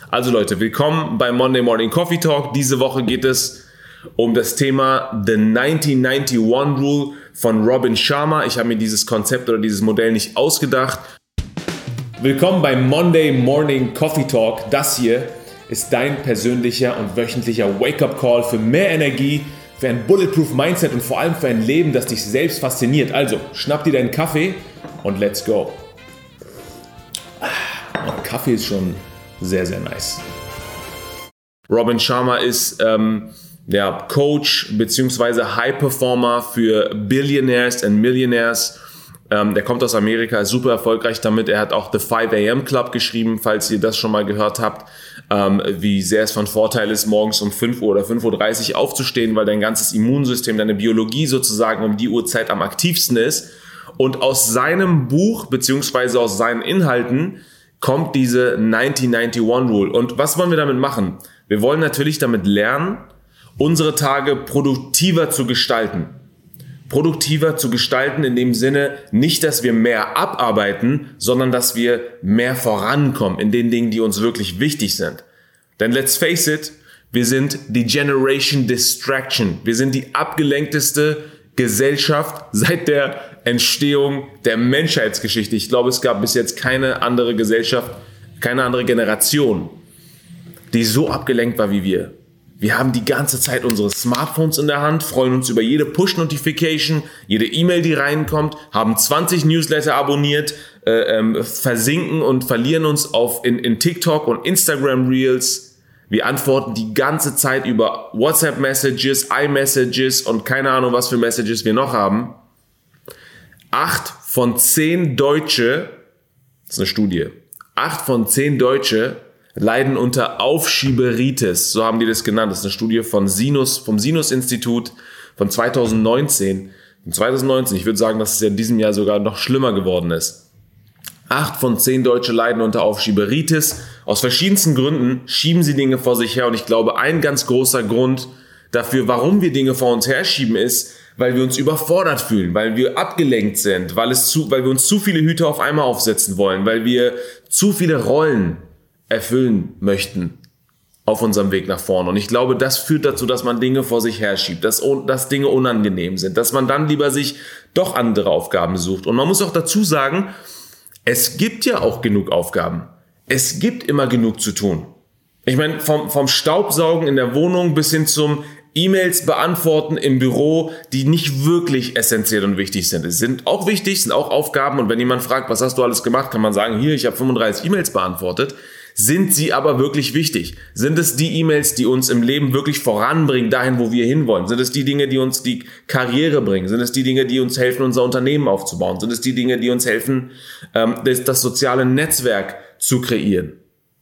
Also Leute, willkommen beim Monday Morning Coffee Talk. Diese Woche geht es um das Thema The 1991 Rule von Robin Sharma. Ich habe mir dieses Konzept oder dieses Modell nicht ausgedacht. Willkommen beim Monday Morning Coffee Talk. Das hier ist dein persönlicher und wöchentlicher Wake-up-Call für mehr Energie, für ein Bulletproof Mindset und vor allem für ein Leben, das dich selbst fasziniert. Also, schnapp dir deinen Kaffee und let's go. Und Kaffee ist schon sehr, sehr nice. Robin Sharma ist Coach bzw. High Performer für Billionaires and Millionaires. Der kommt aus Amerika, ist super erfolgreich damit. Er hat auch The 5 AM Club geschrieben, falls ihr das schon mal gehört habt, wie sehr es von Vorteil ist, morgens um 5 Uhr oder 5.30 Uhr aufzustehen, weil dein ganzes Immunsystem, deine Biologie sozusagen um die Uhrzeit am aktivsten ist. Und aus seinem Buch bzw. aus seinen Inhalten kommt diese 1991 Rule. Und was wollen wir damit machen? Wir wollen natürlich damit lernen, unsere Tage produktiver zu gestalten. Produktiver zu gestalten in dem Sinne, nicht, dass wir mehr abarbeiten, sondern dass wir mehr vorankommen in den Dingen, die uns wirklich wichtig sind. Denn let's face it, wir sind die Generation Distraction. Wir sind die abgelenkteste Gesellschaft seit der Entstehung der Menschheitsgeschichte. Ich glaube, es gab bis jetzt keine andere Gesellschaft, keine andere Generation, die so abgelenkt war wie wir. Wir haben die ganze Zeit unsere Smartphones in der Hand, freuen uns über jede Push-Notification, jede E-Mail, die reinkommt, haben 20 Newsletter abonniert, versinken und verlieren uns in TikTok und Instagram Reels. Wir antworten die ganze Zeit über WhatsApp-Messages, iMessages und keine Ahnung, was für Messages wir noch haben. 8 von 10 Deutsche, das ist eine Studie, 8 von 10 Deutsche leiden unter Aufschieberitis, so haben die das genannt. Das ist eine Studie vom Sinus-Institut von 2019. Ich würde sagen, dass es ja in diesem Jahr sogar noch schlimmer geworden ist. 8 von 10 Deutsche leiden unter Aufschieberitis. Aus verschiedensten Gründen schieben sie Dinge vor sich her. Und ich glaube, ein ganz großer Grund dafür, warum wir Dinge vor uns herschieben, ist, weil wir uns überfordert fühlen, weil wir abgelenkt sind, weil wir uns zu viele Hüte auf einmal aufsetzen wollen, weil wir zu viele Rollen erfüllen möchten auf unserem Weg nach vorne. Und ich glaube, das führt dazu, dass man Dinge vor sich herschiebt, dass Dinge unangenehm sind, dass man dann lieber sich doch andere Aufgaben sucht. Und man muss auch dazu sagen, es gibt ja auch genug Aufgaben. Es gibt immer genug zu tun. Ich meine, vom Staubsaugen in der Wohnung bis hin zum E-Mails beantworten im Büro, die nicht wirklich essentiell und wichtig sind. Es sind auch wichtig, sind auch Aufgaben. Und wenn jemand fragt, was hast du alles gemacht, kann man sagen, hier, ich habe 35 E-Mails beantwortet. Sind sie aber wirklich wichtig? Sind es die E-Mails, die uns im Leben wirklich voranbringen, dahin, wo wir hinwollen? Sind es die Dinge, die uns die Karriere bringen? Sind es die Dinge, die uns helfen, unser Unternehmen aufzubauen? Sind es die Dinge, die uns helfen, das soziale Netzwerk zu kreieren?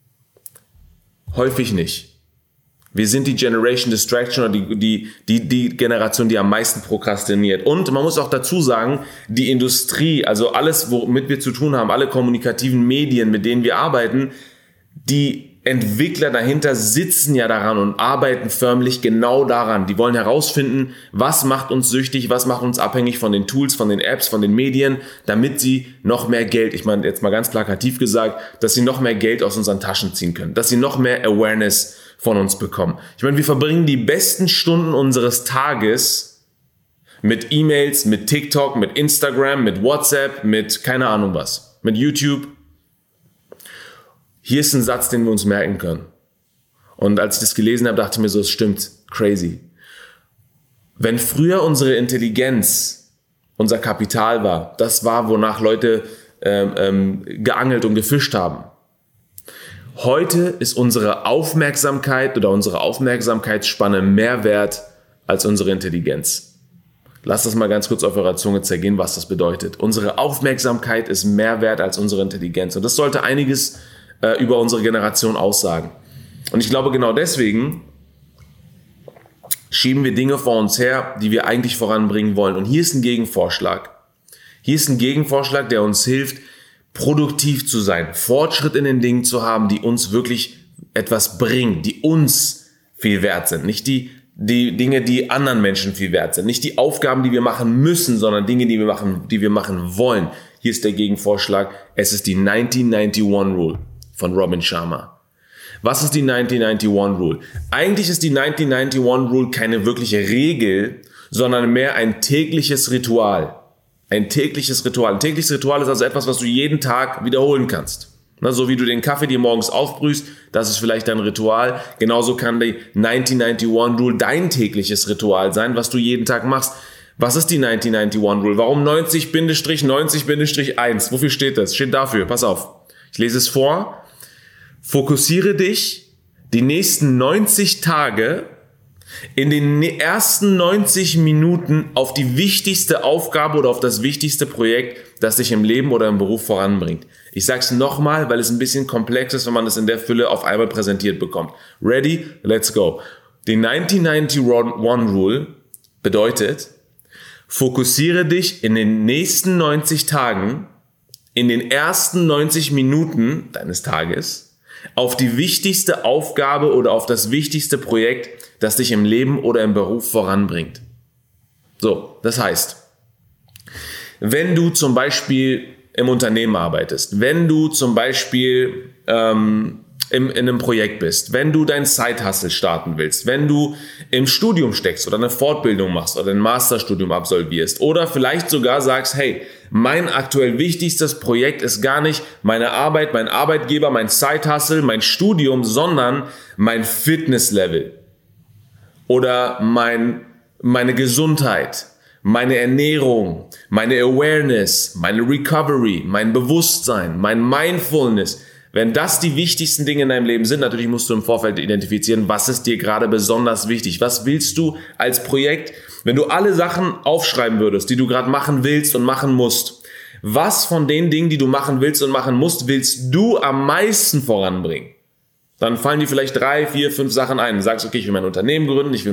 Häufig nicht. Wir sind die Generation Distraction oder die Generation, die am meisten prokrastiniert. Und man muss auch dazu sagen, die Industrie, also alles, womit wir zu tun haben, alle kommunikativen Medien, mit denen wir arbeiten, die Entwickler dahinter sitzen ja daran und arbeiten förmlich genau daran. Die wollen herausfinden, was macht uns süchtig, was macht uns abhängig von den Tools, von den Apps, von den Medien, damit sie noch mehr Geld, ich meine jetzt mal ganz plakativ gesagt, dass sie noch mehr Geld aus unseren Taschen ziehen können, dass sie noch mehr Awareness von uns bekommen. Ich meine, wir verbringen die besten Stunden unseres Tages mit E-Mails, mit TikTok, mit Instagram, mit WhatsApp, mit keine Ahnung was, mit YouTube. Hier ist ein Satz, den wir uns merken können. Und als ich das gelesen habe, dachte ich mir so, es stimmt, crazy. Wenn früher unsere Intelligenz unser Kapital war, das war, wonach Leute geangelt und gefischt haben. Heute ist unsere Aufmerksamkeit oder unsere Aufmerksamkeitsspanne mehr wert als unsere Intelligenz. Lasst das mal ganz kurz auf eurer Zunge zergehen, was das bedeutet. Unsere Aufmerksamkeit ist mehr wert als unsere Intelligenz. Und das sollte einiges über unsere Generation aussagen. Und ich glaube, genau deswegen schieben wir Dinge vor uns her, die wir eigentlich voranbringen wollen. Und hier ist ein Gegenvorschlag. Hier ist ein Gegenvorschlag, der uns hilft, produktiv zu sein, Fortschritt in den Dingen zu haben, die uns wirklich etwas bringen, die uns viel wert sind. Nicht die Dinge, die anderen Menschen viel wert sind. Nicht die Aufgaben, die wir machen müssen, sondern Dinge, die wir machen wollen. Hier ist der Gegenvorschlag. Es ist die 1991 Rule von Robin Sharma. Was ist die 90-91 Rule? Eigentlich ist die 90-91 Rule keine wirkliche Regel, sondern mehr ein tägliches Ritual. Ein tägliches Ritual. Ein tägliches Ritual ist also etwas, was du jeden Tag wiederholen kannst. So wie du den Kaffee dir morgens aufbrühst, das ist vielleicht dein Ritual. Genauso kann die 90-91 Rule dein tägliches Ritual sein, was du jeden Tag machst. Was ist die 90-91 Rule? Warum 90-90-1? Wofür steht das? Steht dafür. Pass auf. Ich lese es vor. Fokussiere dich die nächsten 90 Tage in den ersten 90 Minuten auf die wichtigste Aufgabe oder auf das wichtigste Projekt, das dich im Leben oder im Beruf voranbringt. Ich sage es nochmal, weil es ein bisschen komplex ist, wenn man es in der Fülle auf einmal präsentiert bekommt. Ready? Let's go. Die 90-91 Rule bedeutet, fokussiere dich in den nächsten 90 Tagen, in den ersten 90 Minuten deines Tages, auf die wichtigste Aufgabe oder auf das wichtigste Projekt, das dich im Leben oder im Beruf voranbringt. So, das heißt, wenn du zum Beispiel im Unternehmen arbeitest, wenn du zum Beispiel in einem Projekt bist, wenn du dein Side-Hustle starten willst, wenn du im Studium steckst oder eine Fortbildung machst oder ein Masterstudium absolvierst oder vielleicht sogar sagst, hey, mein aktuell wichtigstes Projekt ist gar nicht meine Arbeit, mein Arbeitgeber, mein Side-Hustle, mein Studium, sondern mein Fitnesslevel oder meine Gesundheit, meine Ernährung, meine Awareness, meine Recovery, mein Bewusstsein, mein Mindfulness. Wenn das die wichtigsten Dinge in deinem Leben sind, natürlich musst du im Vorfeld identifizieren, was ist dir gerade besonders wichtig. Was willst du als Projekt, wenn du alle Sachen aufschreiben würdest, die du gerade machen willst und machen musst? Was von den Dingen, die du machen willst und machen musst, willst du am meisten voranbringen? Dann fallen dir vielleicht 3, 4, 5 Sachen ein. Du sagst, okay, ich will mein Unternehmen gründen, ich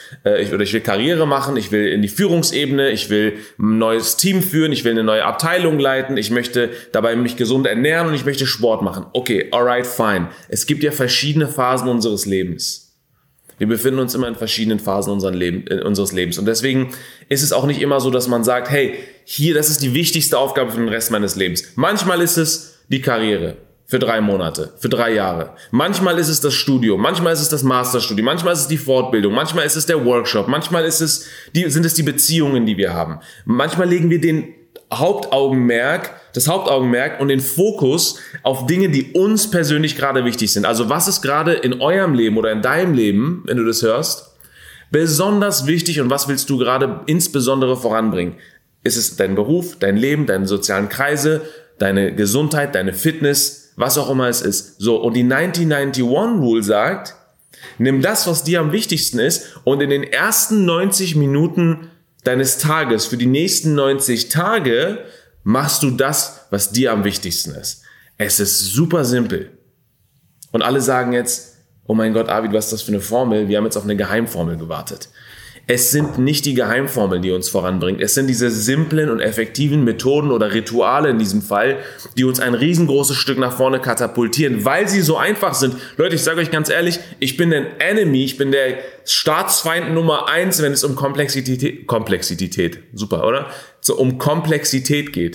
will Karriere machen, ich will in die Führungsebene, ich will ein neues Team führen, ich will eine neue Abteilung leiten, ich möchte dabei mich gesund ernähren und ich möchte Sport machen. Okay, alright, fine. Es gibt ja verschiedene Phasen unseres Lebens. Wir befinden uns immer in verschiedenen Phasen unseres Lebens. Und deswegen ist es auch nicht immer so, dass man sagt, hey, das ist die wichtigste Aufgabe für den Rest meines Lebens. Manchmal ist es die Karriere. Für 3 Monate, für 3 Jahre. Manchmal ist es das Studium, manchmal ist es das Masterstudium, manchmal ist es die Fortbildung, manchmal ist es der Workshop, manchmal sind es die Beziehungen, die wir haben. Manchmal legen wir das Hauptaugenmerk und den Fokus auf Dinge, die uns persönlich gerade wichtig sind. Also was ist gerade in eurem Leben oder in deinem Leben, wenn du das hörst, besonders wichtig und was willst du gerade insbesondere voranbringen? Ist es dein Beruf, dein Leben, deine sozialen Kreise, deine Gesundheit, deine Fitness, was auch immer es ist. So, und die 90-91 Rule sagt, nimm das, was dir am wichtigsten ist und in den ersten 90 Minuten deines Tages, für die nächsten 90 Tage, machst du das, was dir am wichtigsten ist. Es ist super simpel. Und alle sagen jetzt, oh mein Gott, Avid, was ist das für eine Formel? Wir haben jetzt auf eine Geheimformel gewartet. Es sind nicht die Geheimformeln, die uns voranbringen. Es sind diese simplen und effektiven Methoden oder Rituale in diesem Fall, die uns ein riesengroßes Stück nach vorne katapultieren, weil sie so einfach sind. Leute, ich sage euch ganz ehrlich, ich bin ein Enemy, ich bin der Staatsfeind Nummer 1, wenn es um Komplexität, super, oder? So um Komplexität geht.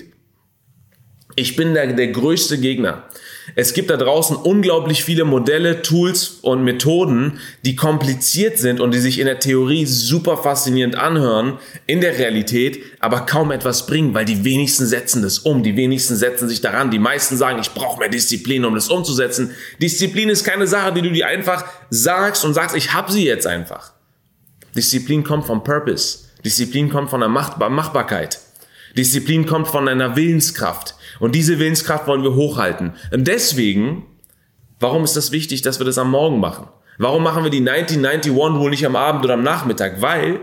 Ich bin der größte Gegner. Es gibt da draußen unglaublich viele Modelle, Tools und Methoden, die kompliziert sind und die sich in der Theorie super faszinierend anhören, in der Realität aber kaum etwas bringen, weil die wenigsten setzen das um, die wenigsten setzen sich daran, die meisten sagen, ich brauche mehr Disziplin, um das umzusetzen. Disziplin ist keine Sache, die du dir einfach sagst und sagst, ich habe sie jetzt einfach. Disziplin kommt vom Purpose, Disziplin kommt von der Machbarkeit, Disziplin kommt von einer Willenskraft. Und diese Willenskraft wollen wir hochhalten. Und deswegen, warum ist das wichtig, dass wir das am Morgen machen? Warum machen wir die 90-91 Rule nicht am Abend oder am Nachmittag? Weil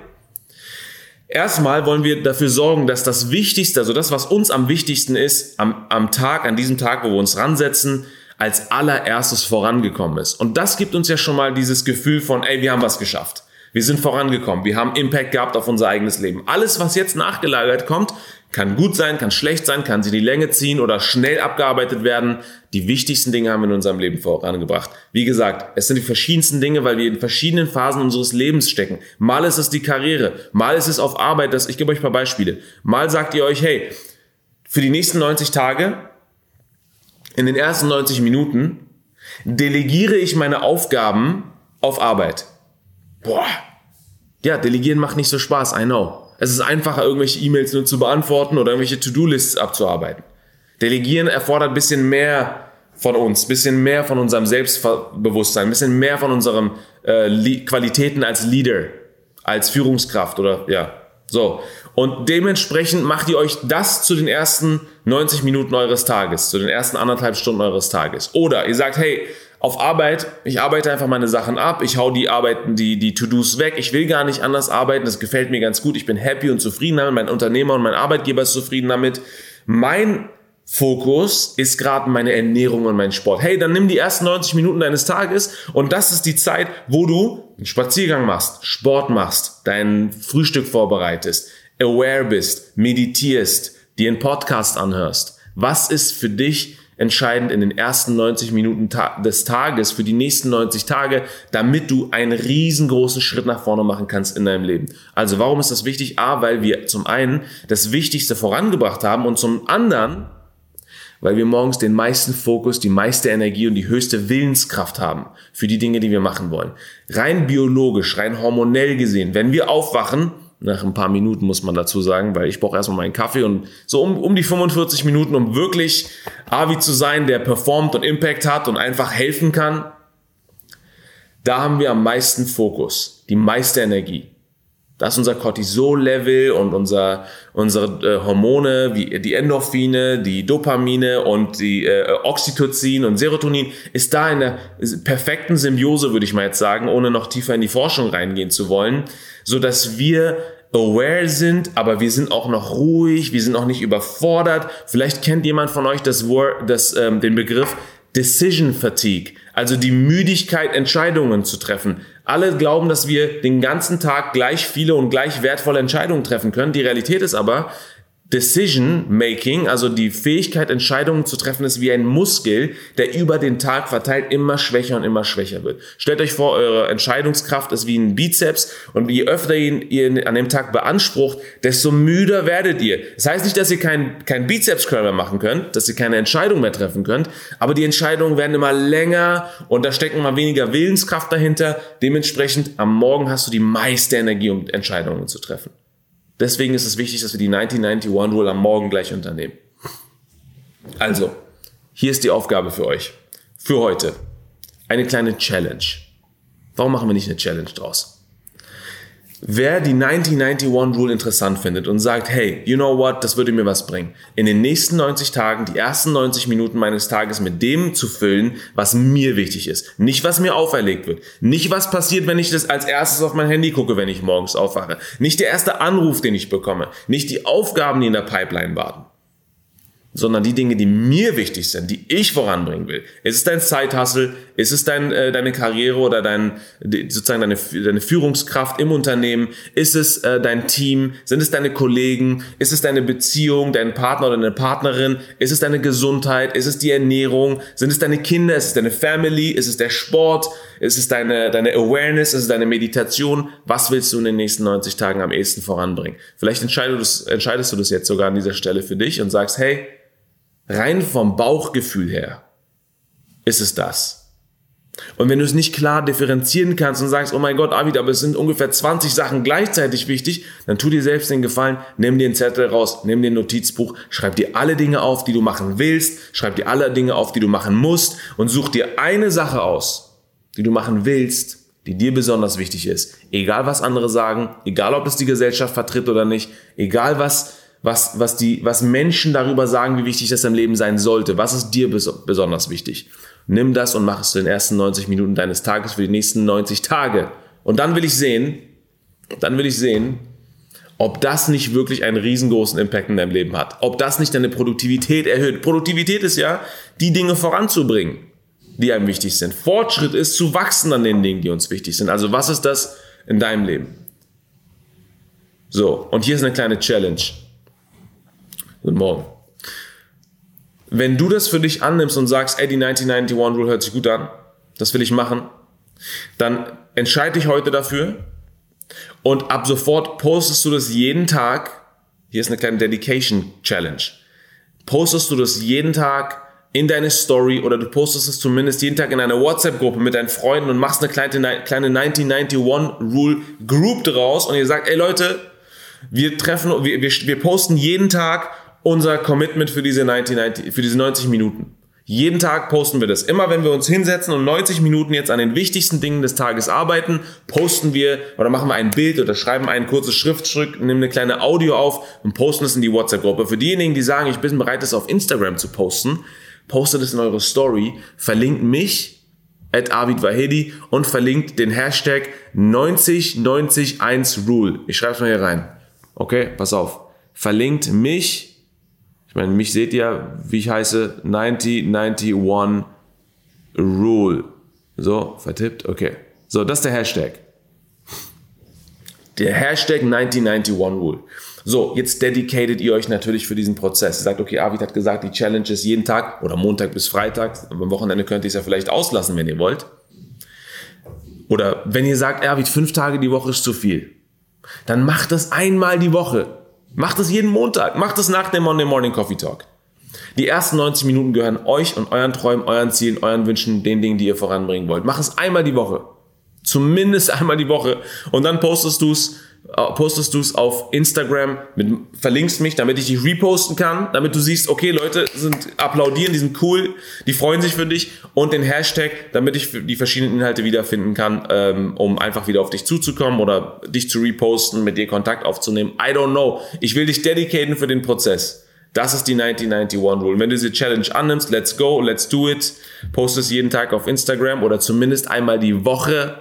erstmal wollen wir dafür sorgen, dass das Wichtigste, also das, was uns am wichtigsten ist, an diesem Tag, wo wir uns ransetzen, als allererstes vorangekommen ist. Und das gibt uns ja schon mal dieses Gefühl von, ey, wir haben was geschafft. Wir sind vorangekommen. Wir haben Impact gehabt auf unser eigenes Leben. Alles, was jetzt nachgelagert kommt, kann gut sein, kann schlecht sein, kann sie in die Länge ziehen oder schnell abgearbeitet werden. Die wichtigsten Dinge haben wir in unserem Leben vorangebracht. Wie gesagt, es sind die verschiedensten Dinge, weil wir in verschiedenen Phasen unseres Lebens stecken. Mal ist es die Karriere, mal ist es auf Arbeit. Ich gebe euch ein paar Beispiele. Mal sagt ihr euch, hey, für die nächsten 90 Tage, in den ersten 90 Minuten, Delegiere ich meine Aufgaben auf Arbeit? Ja, delegieren macht nicht so Spaß, I know. Es ist einfacher, irgendwelche E-Mails nur zu beantworten oder irgendwelche To-Do-Lists abzuarbeiten. Delegieren erfordert ein bisschen mehr von uns, ein bisschen mehr von unserem Selbstbewusstsein, ein bisschen mehr von unseren Qualitäten als Leader, als Führungskraft oder ja, so. Und dementsprechend macht ihr euch das zu den ersten 90 Minuten eures Tages, zu den ersten 1,5 Stunden eures Tages. Oder ihr sagt, hey, auf Arbeit, ich arbeite einfach meine Sachen ab, ich hau die To-Dos weg, ich will gar nicht anders arbeiten, das gefällt mir ganz gut, ich bin happy und zufrieden damit, mein Unternehmer und mein Arbeitgeber ist zufrieden damit. Mein Fokus ist gerade meine Ernährung und mein Sport. Hey, dann nimm die ersten 90 Minuten deines Tages und das ist die Zeit, wo du einen Spaziergang machst, Sport machst, dein Frühstück vorbereitest, aware bist, meditierst, dir einen Podcast anhörst. Was ist für dich entscheidend in den ersten 90 Minuten des Tages für die nächsten 90 Tage, damit du einen riesengroßen Schritt nach vorne machen kannst in deinem Leben? Also warum ist das wichtig? Weil wir zum einen das Wichtigste vorangebracht haben und zum anderen, weil wir morgens den meisten Fokus, die meiste Energie und die höchste Willenskraft haben für die Dinge, die wir machen wollen. Rein biologisch, rein hormonell gesehen, wenn wir aufwachen, nach ein paar Minuten muss man dazu sagen, weil ich brauche erstmal meinen Kaffee und so um die 45 Minuten, um wirklich Avi zu sein, der performt und Impact hat und einfach helfen kann, da haben wir am meisten Fokus, die meiste Energie. Das ist unser Cortisol-Level und unsere Hormone, wie die Endorphine, die Dopamine und die Oxytocin und Serotonin, ist da in der perfekten Symbiose, würde ich mal jetzt sagen, ohne noch tiefer in die Forschung reingehen zu wollen, so dass wir aware sind, aber wir sind auch noch ruhig, wir sind auch nicht überfordert. Vielleicht kennt jemand von euch den Begriff Decision Fatigue, also die Müdigkeit, Entscheidungen zu treffen. Alle glauben, dass wir den ganzen Tag gleich viele und gleich wertvolle Entscheidungen treffen können. Die Realität ist aber, Decision Making, also die Fähigkeit, Entscheidungen zu treffen, ist wie ein Muskel, der über den Tag verteilt immer schwächer und immer schwächer wird. Stellt euch vor, eure Entscheidungskraft ist wie ein Bizeps und je öfter ihr an dem Tag beansprucht, desto müder werdet ihr. Das heißt nicht, dass ihr kein Bizeps-Curl mehr machen könnt, dass ihr keine Entscheidung mehr treffen könnt, aber die Entscheidungen werden immer länger und da steckt immer weniger Willenskraft dahinter. Dementsprechend am Morgen hast du die meiste Energie, um Entscheidungen zu treffen. Deswegen ist es wichtig, dass wir die 90-91-Rule am Morgen gleich unternehmen. Also, hier ist die Aufgabe für euch. Für heute. Eine kleine Challenge. Warum machen wir nicht eine Challenge draus? Wer die 90-91-Rule interessant findet und sagt, hey, you know what, das würde mir was bringen. In den nächsten 90 Tagen, die ersten 90 Minuten meines Tages mit dem zu füllen, was mir wichtig ist. Nicht, was mir auferlegt wird. Nicht, was passiert, wenn ich das als erstes auf mein Handy gucke, wenn ich morgens aufwache. Nicht der erste Anruf, den ich bekomme. Nicht die Aufgaben, die in der Pipeline warten. Sondern die Dinge, die mir wichtig sind, die ich voranbringen will. Ist es dein Side-Hustle? Ist es deine Karriere oder deine Führungskraft im Unternehmen? Ist es dein Team? Sind es deine Kollegen? Ist es deine Beziehung, dein Partner oder deine Partnerin? Ist es deine Gesundheit? Ist es die Ernährung? Sind es deine Kinder? Ist es deine Family? Ist es der Sport? Ist es deine Awareness? Ist es deine Meditation? Was willst du in den nächsten 90 Tagen am ehesten voranbringen? Vielleicht entscheidest du das jetzt sogar an dieser Stelle für dich und sagst, hey, rein vom Bauchgefühl her ist es das. Und wenn du es nicht klar differenzieren kannst und sagst, oh mein Gott, Avid, aber es sind ungefähr 20 Sachen gleichzeitig wichtig, dann tu dir selbst den Gefallen, nimm dir einen Zettel raus, nimm dir ein Notizbuch, schreib dir alle Dinge auf, die du machen willst, schreib dir alle Dinge auf, die du machen musst und such dir eine Sache aus, die du machen willst, die dir besonders wichtig ist. Egal, was andere sagen, egal, ob es die Gesellschaft vertritt oder nicht, egal, was Menschen darüber sagen, wie wichtig das im Leben sein sollte. Was ist dir besonders wichtig? Nimm das und mach es zu den ersten 90 Minuten deines Tages für die nächsten 90 Tage. Und dann will ich sehen, ob das nicht wirklich einen riesengroßen Impact in deinem Leben hat. Ob das nicht deine Produktivität erhöht. Produktivität ist ja, die Dinge voranzubringen, die einem wichtig sind. Fortschritt ist, zu wachsen an den Dingen, die uns wichtig sind. Also was ist das in deinem Leben? So, und hier ist eine kleine Challenge. Guten Morgen. Wenn du das für dich annimmst und sagst, ey, die 90-91-Rule hört sich gut an, das will ich machen, dann entscheide dich heute dafür und ab sofort postest du das jeden Tag. Hier ist eine kleine Dedication Challenge. Postest du das jeden Tag in deine Story oder du postest es zumindest jeden Tag in einer WhatsApp-Gruppe mit deinen Freunden und machst eine kleine 1991-Rule-Group draus und ihr sagt, ey Leute, wir posten jeden Tag unser Commitment für diese 90 Minuten. Jeden Tag posten wir das. Immer wenn wir uns hinsetzen und 90 Minuten jetzt an den wichtigsten Dingen des Tages arbeiten, posten wir oder machen wir ein Bild oder schreiben ein kurzes Schriftstück, nehmen eine kleine Audio auf und posten es in die WhatsApp-Gruppe. Für diejenigen, die sagen, ich bin bereit, das auf Instagram zu posten, postet es in eure Story, verlinkt mich, @AvidWahedi und verlinkt den Hashtag 90901Rule. Ich schreibe es mal hier rein. Okay, pass auf. Verlinkt mich. Ich meine, mich seht ihr, wie ich heiße, 9091 Rule. So, vertippt, okay. So, das ist der Hashtag. Der Hashtag 9091 Rule. So, jetzt dedicated ihr euch natürlich für diesen Prozess. Ihr sagt, okay, Avid hat gesagt, die Challenge ist jeden Tag oder Montag bis Freitag. Am Wochenende könnt ihr es ja vielleicht auslassen, wenn ihr wollt. Oder wenn ihr sagt, Avid, 5 Tage die Woche ist zu viel, dann macht das einmal die Woche. Macht es jeden Montag. Macht es nach dem Monday Morning Coffee Talk. Die ersten 90 Minuten gehören euch und euren Träumen, euren Zielen, euren Wünschen, den Dingen, die ihr voranbringen wollt. Mach es einmal die Woche. Zumindest einmal die Woche. Und dann postest du es auf Instagram, verlinkst mich, damit ich dich reposten kann, damit du siehst, okay, Leute applaudieren, die sind cool, die freuen sich für dich und den Hashtag, damit ich die verschiedenen Inhalte wiederfinden kann, um einfach wieder auf dich zuzukommen oder dich zu reposten, mit dir Kontakt aufzunehmen. I don't know. Ich will dich dedicaten für den Prozess. Das ist die 9091 Rule. Wenn du diese Challenge annimmst, let's go, let's do it. Post es jeden Tag auf Instagram oder zumindest einmal die Woche.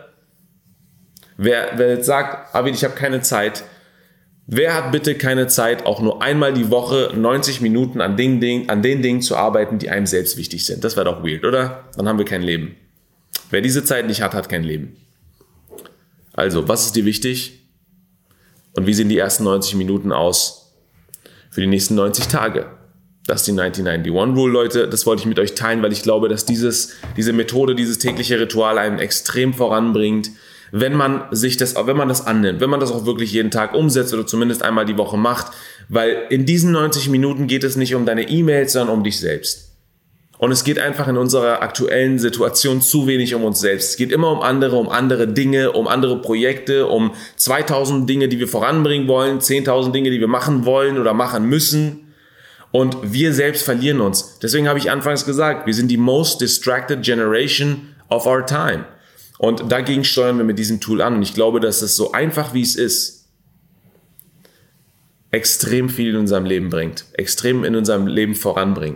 Wer jetzt sagt, Avid, ich habe keine Zeit, wer hat bitte keine Zeit, auch nur einmal die Woche 90 Minuten an den Dingen zu arbeiten, die einem selbst wichtig sind? Das wäre doch weird, oder? Dann haben wir kein Leben. Wer diese Zeit nicht hat, hat kein Leben. Also, was ist dir wichtig? Und wie sehen die ersten 90 Minuten aus für die nächsten 90 Tage? Das ist die 9091 Rule, Leute. Das wollte ich mit euch teilen, weil ich glaube, dass diese Methode, dieses tägliche Ritual einen extrem voranbringt, wenn man das annimmt, wenn man das auch wirklich jeden Tag umsetzt oder zumindest einmal die Woche macht, weil in diesen 90 Minuten geht es nicht um deine E-Mails, sondern um dich selbst. Und es geht einfach in unserer aktuellen Situation zu wenig um uns selbst. Es geht immer um andere Dinge, um andere Projekte, um 2000 Dinge, die wir voranbringen wollen, 10.000 Dinge, die wir machen wollen oder machen müssen. Und wir selbst verlieren uns. Deswegen habe ich anfangs gesagt, wir sind die most distracted generation of our time. Und dagegen steuern wir mit diesem Tool an. Und ich glaube, dass es so einfach wie es ist, extrem viel in unserem Leben bringt, extrem viel in unserem Leben voranbringen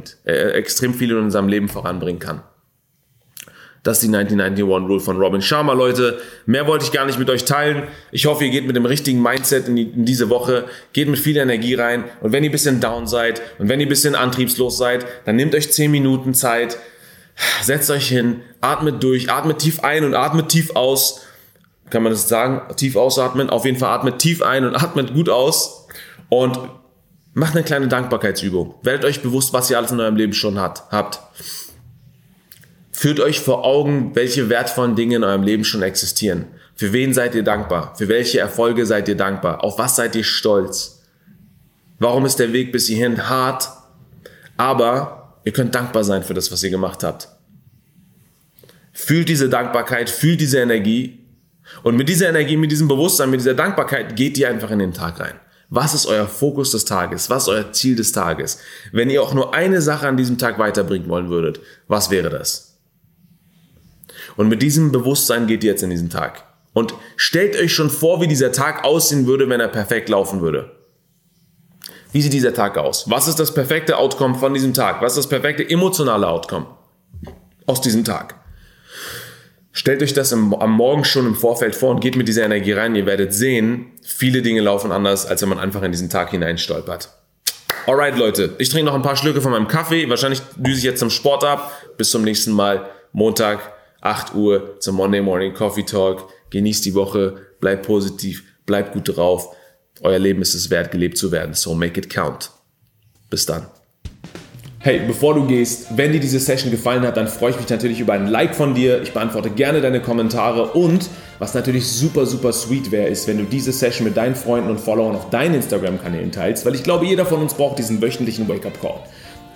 kann. Das ist die 9091 Rule von Robin Sharma, Leute. Mehr wollte ich gar nicht mit euch teilen. Ich hoffe, ihr geht mit dem richtigen Mindset in diese Woche, geht mit viel Energie rein. Und wenn ihr ein bisschen down seid und wenn ihr ein bisschen antriebslos seid, dann nehmt euch 10 Minuten Zeit, setzt euch hin, atmet durch, atmet tief ein und atmet tief aus. Kann man das sagen? Tief ausatmen. Auf jeden Fall atmet tief ein und atmet gut aus. Und macht eine kleine Dankbarkeitsübung. Werdet euch bewusst, was ihr alles in eurem Leben schon habt. Führt euch vor Augen, welche wertvollen Dinge in eurem Leben schon existieren. Für wen seid ihr dankbar? Für welche Erfolge seid ihr dankbar? Auf was seid ihr stolz? Warum ist der Weg bis hierhin hart? Aber ihr könnt dankbar sein für das, was ihr gemacht habt. Fühlt diese Dankbarkeit, fühlt diese Energie. Und mit dieser Energie, mit diesem Bewusstsein, mit dieser Dankbarkeit geht ihr einfach in den Tag rein. Was ist euer Fokus des Tages? Was ist euer Ziel des Tages? Wenn ihr auch nur eine Sache an diesem Tag weiterbringen wollen würdet, was wäre das? Und mit diesem Bewusstsein geht ihr jetzt in diesen Tag. Und stellt euch schon vor, wie dieser Tag aussehen würde, wenn er perfekt laufen würde. Wie sieht dieser Tag aus? Was ist das perfekte Outcome von diesem Tag? Was ist das perfekte emotionale Outcome aus diesem Tag? Stellt euch das am Morgen schon im Vorfeld vor und geht mit dieser Energie rein. Ihr werdet sehen, viele Dinge laufen anders, als wenn man einfach in diesen Tag hineinstolpert. Alright, Leute, ich trinke noch ein paar Schlücke von meinem Kaffee. Wahrscheinlich düse ich jetzt zum Sport ab. Bis zum nächsten Mal, Montag, 8 Uhr, zum Monday Morning Coffee Talk. Genießt die Woche, bleibt positiv, bleibt gut drauf. Euer Leben ist es wert, gelebt zu werden. So make it count. Bis dann. Hey, bevor du gehst, wenn dir diese Session gefallen hat, dann freue ich mich natürlich über ein Like von dir. Ich beantworte gerne deine Kommentare und was natürlich super, super sweet wäre, ist, wenn du diese Session mit deinen Freunden und Followern auf deinen Instagram-Kanälen teilst, weil ich glaube, jeder von uns braucht diesen wöchentlichen Wake-up-Call.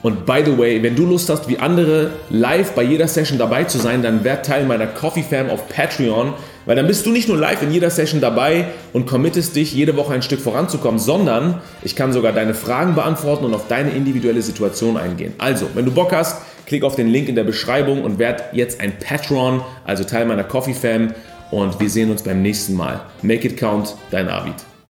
Und by the way, wenn du Lust hast, wie andere live bei jeder Session dabei zu sein, dann werd Teil meiner Coffee Fam auf Patreon, weil dann bist du nicht nur live in jeder Session dabei und committest dich, jede Woche ein Stück voranzukommen, sondern ich kann sogar deine Fragen beantworten und auf deine individuelle Situation eingehen. Also, wenn du Bock hast, klick auf den Link in der Beschreibung und werd jetzt ein Patron, also Teil meiner Coffee Fam, und wir sehen uns beim nächsten Mal. Make it count, dein Arvid.